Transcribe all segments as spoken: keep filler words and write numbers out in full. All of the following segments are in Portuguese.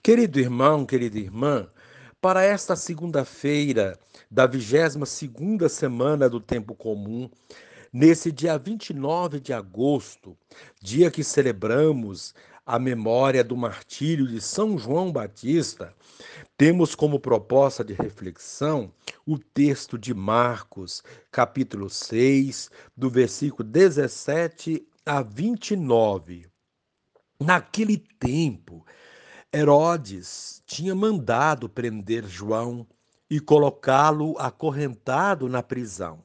Querido irmão, querida irmã, para esta segunda-feira da vigésima segunda semana do tempo comum, nesse dia vinte e nove de agosto, dia que celebramos a memória do martírio de São João Batista, temos como proposta de reflexão o texto de Marcos, capítulo seis, do versículo dezessete a vinte e nove. Naquele tempo, Herodes tinha mandado prender João e colocá-lo acorrentado na prisão.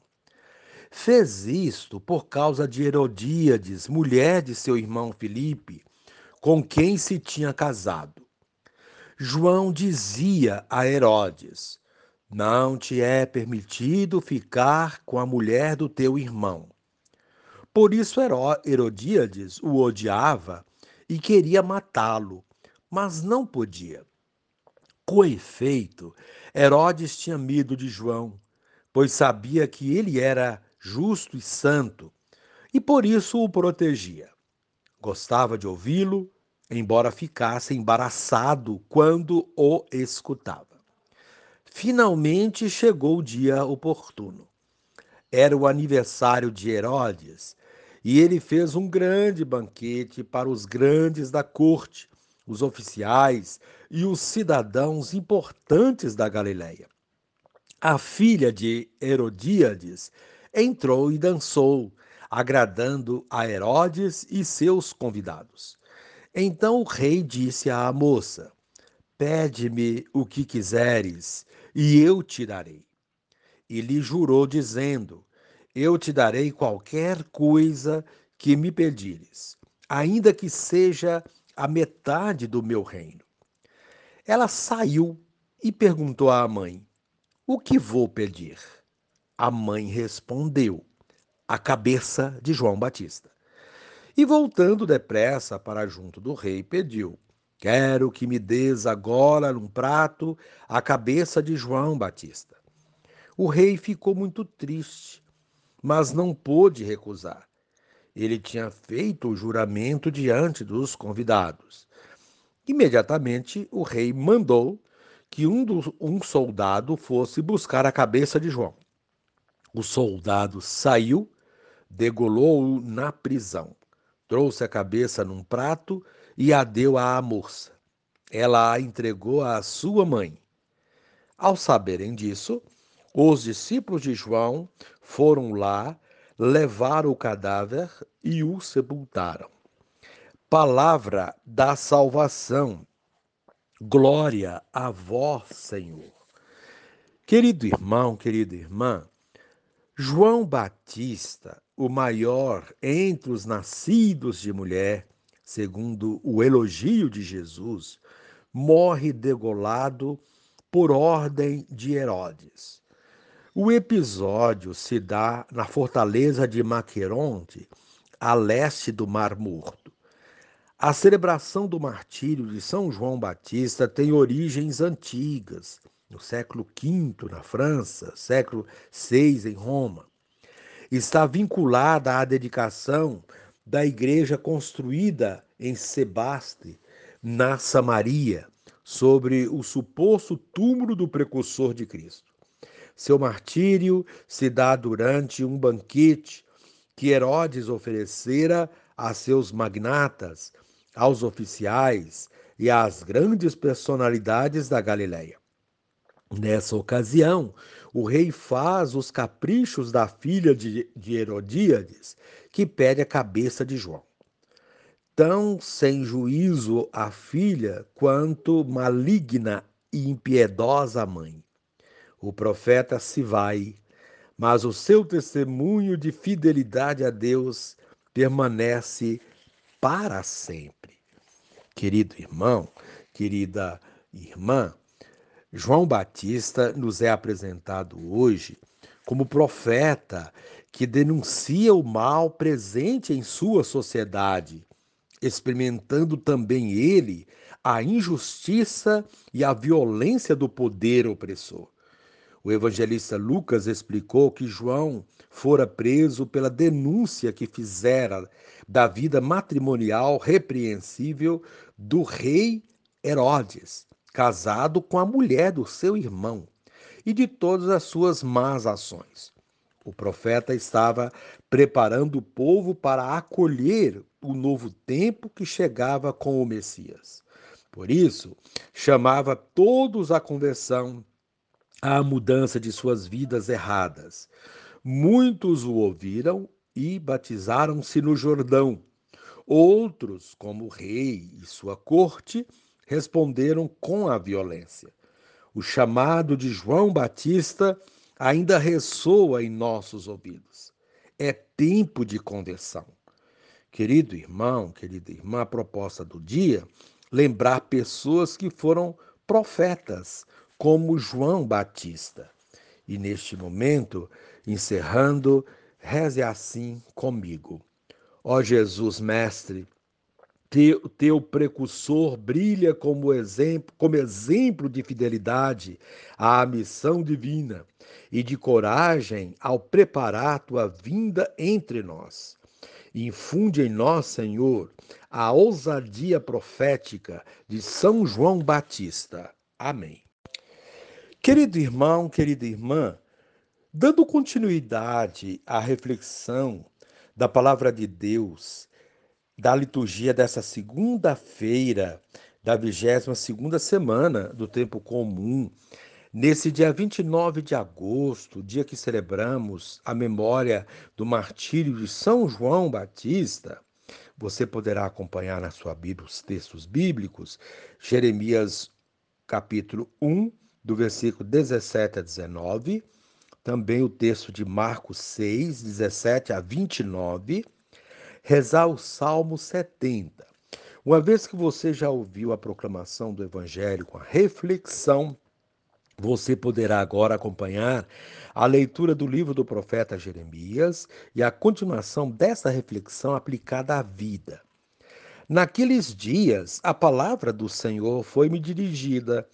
Fez isto por causa de Herodíades, mulher de seu irmão Filipe, com quem se tinha casado. João dizia a Herodes: Não te é permitido ficar com a mulher do teu irmão. Por isso Heró- Herodíades o odiava e queria matá-lo, mas não podia. Com efeito, Herodes tinha medo de João, pois sabia que ele era justo e santo, e por isso o protegia. Gostava de ouvi-lo, embora ficasse embaraçado quando o escutava. Finalmente chegou o dia oportuno. Era o aniversário de Herodes, e ele fez um grande banquete para os grandes da corte, os oficiais e os cidadãos importantes da Galiléia. A filha de Herodíades entrou e dançou, agradando a Herodes e seus convidados. Então o rei disse à moça: Pede-me o que quiseres, e eu te darei. E lhe jurou, dizendo: Eu te darei qualquer coisa que me pedires, ainda que seja a metade do meu reino. Ela saiu e perguntou à mãe: O que vou pedir? A mãe respondeu: A cabeça de João Batista. E voltando depressa para junto do rei, pediu: Quero que me des agora num prato a cabeça de João Batista. O rei ficou muito triste, mas não pôde recusar. Ele tinha feito o juramento diante dos convidados. Imediatamente, o rei mandou que um, dos, um soldado fosse buscar a cabeça de João. O soldado saiu, degolou-o na prisão, trouxe a cabeça num prato e a deu à moça. Ela a entregou à sua mãe. Ao saberem disso, os discípulos de João foram lá, levaram o cadáver e o sepultaram. Palavra da salvação. Glória a vós, Senhor. Querido irmão, querida irmã, João Batista, o maior entre os nascidos de mulher, segundo o elogio de Jesus, morre degolado por ordem de Herodes. O episódio se dá na fortaleza de Maqueronte, a leste do Mar Morto. A celebração do martírio de São João Batista tem origens antigas, no século quinto na França, século seis em Roma. Está vinculada à dedicação da igreja construída em Sebaste, na Samaria, sobre o suposto túmulo do precursor de Cristo. Seu martírio se dá durante um banquete que Herodes oferecera a seus magnatas, aos oficiais e às grandes personalidades da Galiléia. Nessa ocasião, o rei faz os caprichos da filha de, de Herodíades, que pede a cabeça de João. Tão sem juízo a filha, quanto maligna e impiedosa a mãe. O profeta se vai, mas o seu testemunho de fidelidade a Deus permanece para sempre. Querido irmão, querida irmã, João Batista nos é apresentado hoje como profeta que denuncia o mal presente em sua sociedade, experimentando também ele a injustiça e a violência do poder opressor. O evangelista Lucas explicou que João fora preso pela denúncia que fizera da vida matrimonial repreensível do rei Herodes, casado com a mulher do seu irmão, e de todas as suas más ações. O profeta estava preparando o povo para acolher o novo tempo que chegava com o Messias. Por isso, chamava todos à conversão, à mudança de suas vidas erradas. Muitos o ouviram e batizaram-se no Jordão. Outros, como o rei e sua corte, responderam com a violência. O chamado de João Batista ainda ressoa em nossos ouvidos. É tempo de conversão. Querido irmão, querida irmã, a proposta do dia, lembrar pessoas que foram profetas, como João Batista. E neste momento, encerrando, reze assim comigo. Ó Jesus, Mestre, teu, teu precursor brilha como exemplo, como exemplo de fidelidade à missão divina e de coragem ao preparar tua vinda entre nós. Infunde em nós, Senhor, a ousadia profética de São João Batista. Amém. Querido irmão, querida irmã, dando continuidade à reflexão da palavra de Deus, da liturgia dessa segunda-feira, da vigésima segunda semana do tempo comum, nesse dia vinte e nove de agosto, dia que celebramos a memória do martírio de São João Batista, você poderá acompanhar na sua Bíblia os textos bíblicos, Jeremias capítulo um, do versículo dezessete a dezenove, também o texto de Marcos seis, dezessete a vinte e nove, rezar o Salmo setenta. Uma vez que você já ouviu a proclamação do Evangelho com a reflexão, você poderá agora acompanhar a leitura do livro do profeta Jeremias e a continuação dessa reflexão aplicada à vida. Naqueles dias, a palavra do Senhor foi-me dirigida.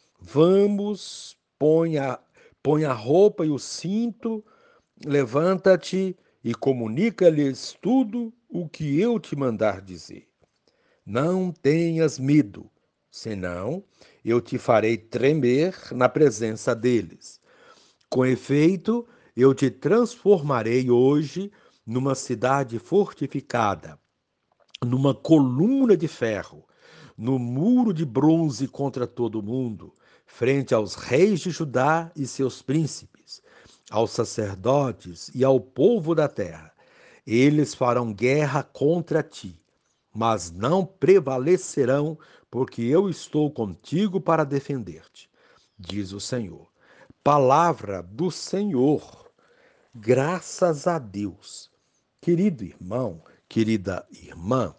Vamos, põe a, põe a roupa e o cinto, levanta-te e comunica-lhes tudo o que eu te mandar dizer. Não tenhas medo, senão eu te farei tremer na presença deles. Com efeito, eu te transformarei hoje numa cidade fortificada, numa coluna de ferro, no muro de bronze contra todo mundo, frente aos reis de Judá e seus príncipes, aos sacerdotes e ao povo da terra. Eles farão guerra contra ti, mas não prevalecerão, porque eu estou contigo para defender-te, diz o Senhor. Palavra do Senhor. Graças a Deus. Querido irmão, querida irmã,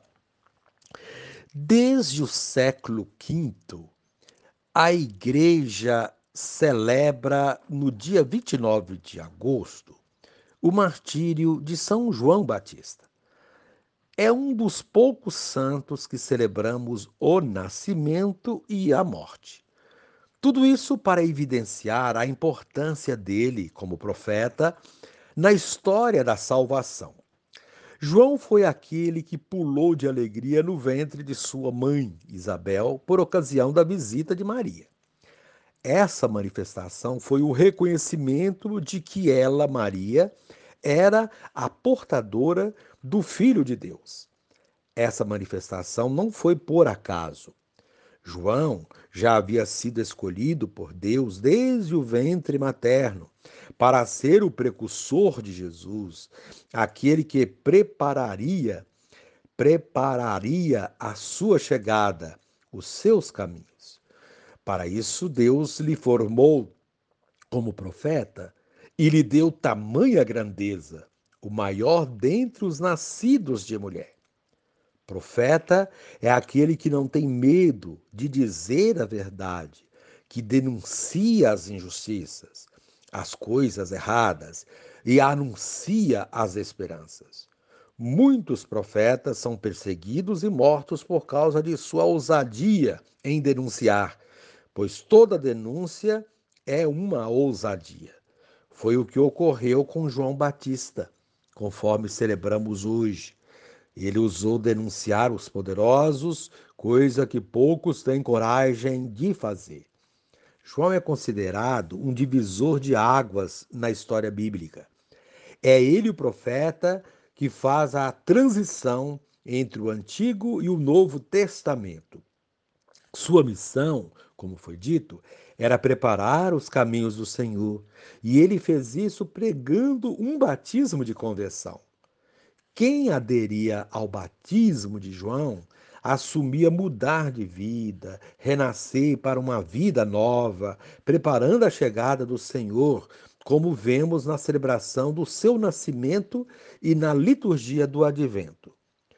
desde o século quinto, a Igreja celebra no dia vinte e nove de agosto o martírio de São João Batista. É um dos poucos santos que celebramos o nascimento e a morte. Tudo isso para evidenciar a importância dele como profeta na história da salvação. João foi aquele que pulou de alegria no ventre de sua mãe, Isabel, por ocasião da visita de Maria. Essa manifestação foi o reconhecimento de que ela, Maria, era a portadora do Filho de Deus. Essa manifestação não foi por acaso. João já havia sido escolhido por Deus desde o ventre materno para ser o precursor de Jesus, aquele que prepararia, prepararia a sua chegada, os seus caminhos. Para isso, Deus lhe formou como profeta e lhe deu tamanha grandeza, o maior dentre os nascidos de mulher. Profeta é aquele que não tem medo de dizer a verdade, que denuncia as injustiças, as coisas erradas e anuncia as esperanças. Muitos profetas são perseguidos e mortos por causa de sua ousadia em denunciar, pois toda denúncia é uma ousadia. Foi o que ocorreu com João Batista, conforme celebramos hoje. Ele usou denunciar os poderosos, coisa que poucos têm coragem de fazer. João é considerado um divisor de águas na história bíblica. É ele o profeta que faz a transição entre o Antigo e o Novo Testamento. Sua missão, como foi dito, era preparar os caminhos do Senhor, e ele fez isso pregando um batismo de conversão. Quem aderia ao batismo de João assumia mudar de vida, renascer para uma vida nova, preparando a chegada do Senhor, como vemos na celebração do seu nascimento e na liturgia do advento.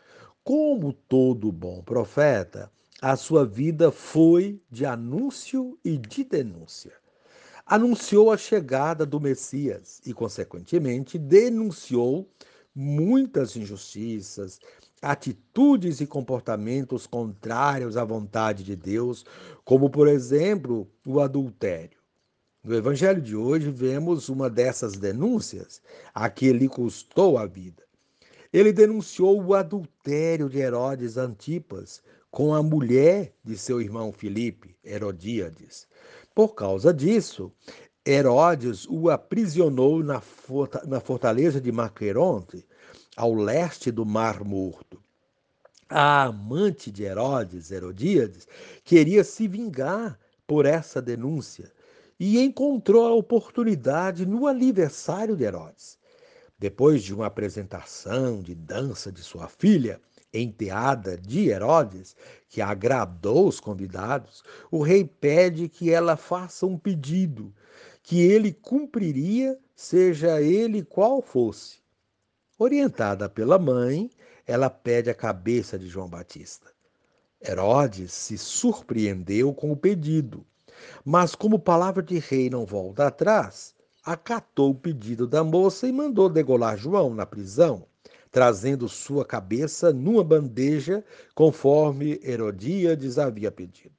Como todo bom profeta, a sua vida foi de anúncio e de denúncia. Anunciou a chegada do Messias e, consequentemente, denunciou muitas injustiças, atitudes e comportamentos contrários à vontade de Deus, como, por exemplo, o adultério. No evangelho de hoje, vemos uma dessas denúncias, a que lhe custou a vida. Ele denunciou o adultério de Herodes Antipas com a mulher de seu irmão Filipe, Herodíades. Por causa disso, Herodes o aprisionou na fortaleza de Maqueronte, ao leste do Mar Morto. A amante de Herodes, Herodíades, queria se vingar por essa denúncia e encontrou a oportunidade no aniversário de Herodes. Depois de uma apresentação de dança de sua filha, enteada de Herodes, que agradou os convidados, o rei pede que ela faça um pedido, que ele cumpriria, seja ele qual fosse. Orientada pela mãe, ela pede a cabeça de João Batista. Herodes se surpreendeu com o pedido, mas como palavra de rei não volta atrás, acatou o pedido da moça e mandou degolar João na prisão, trazendo sua cabeça numa bandeja, conforme Herodíades havia pedido.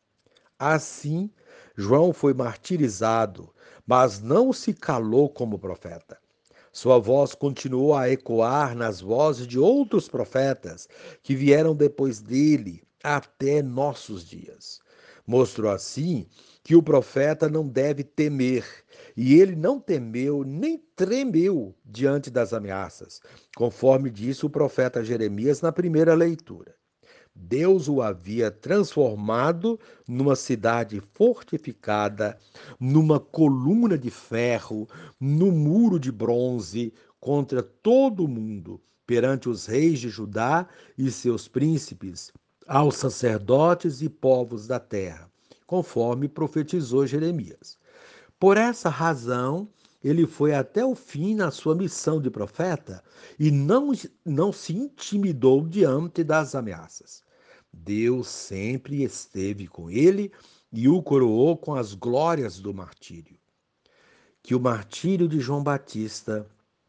Assim, João foi martirizado, mas não se calou como profeta. Sua voz continuou a ecoar nas vozes de outros profetas que vieram depois dele até nossos dias. Mostrou assim que o profeta não deve temer, e ele não temeu nem tremeu diante das ameaças, conforme disse o profeta Jeremias na primeira leitura. Deus o havia transformado numa cidade fortificada, numa coluna de ferro, no muro de bronze contra todo o mundo, perante os reis de Judá e seus príncipes, aos sacerdotes e povos da terra, conforme profetizou Jeremias. Por essa razão, ele foi até o fim na sua missão de profeta e não, não se intimidou diante das ameaças. Deus sempre esteve com ele e o coroou com as glórias do martírio. Que o martírio de João Batista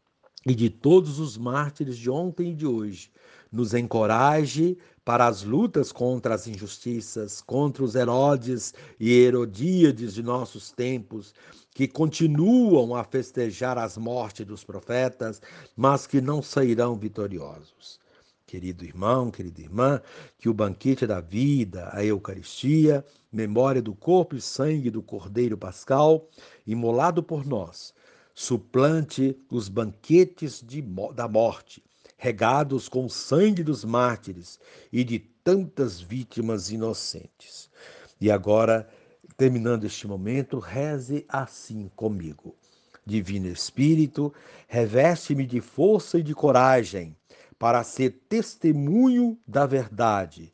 e de todos os mártires de ontem e de hoje nos encoraje para as lutas contra as injustiças, contra os Herodes e Herodíades de nossos tempos, que continuam a festejar as mortes dos profetas, mas que não sairão vitoriosos. Querido irmão, querida irmã, que o banquete da vida, a Eucaristia, memória do corpo e sangue do Cordeiro Pascal, imolado por nós, suplante os banquetes de, da morte, regados com o sangue dos mártires e de tantas vítimas inocentes. E agora, terminando este momento, reze assim comigo. Divino Espírito, reveste-me de força e de coragem para ser testemunho da verdade,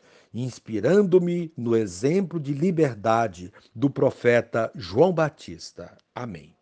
inspirando-me no exemplo de liberdade do profeta João Batista. Amém.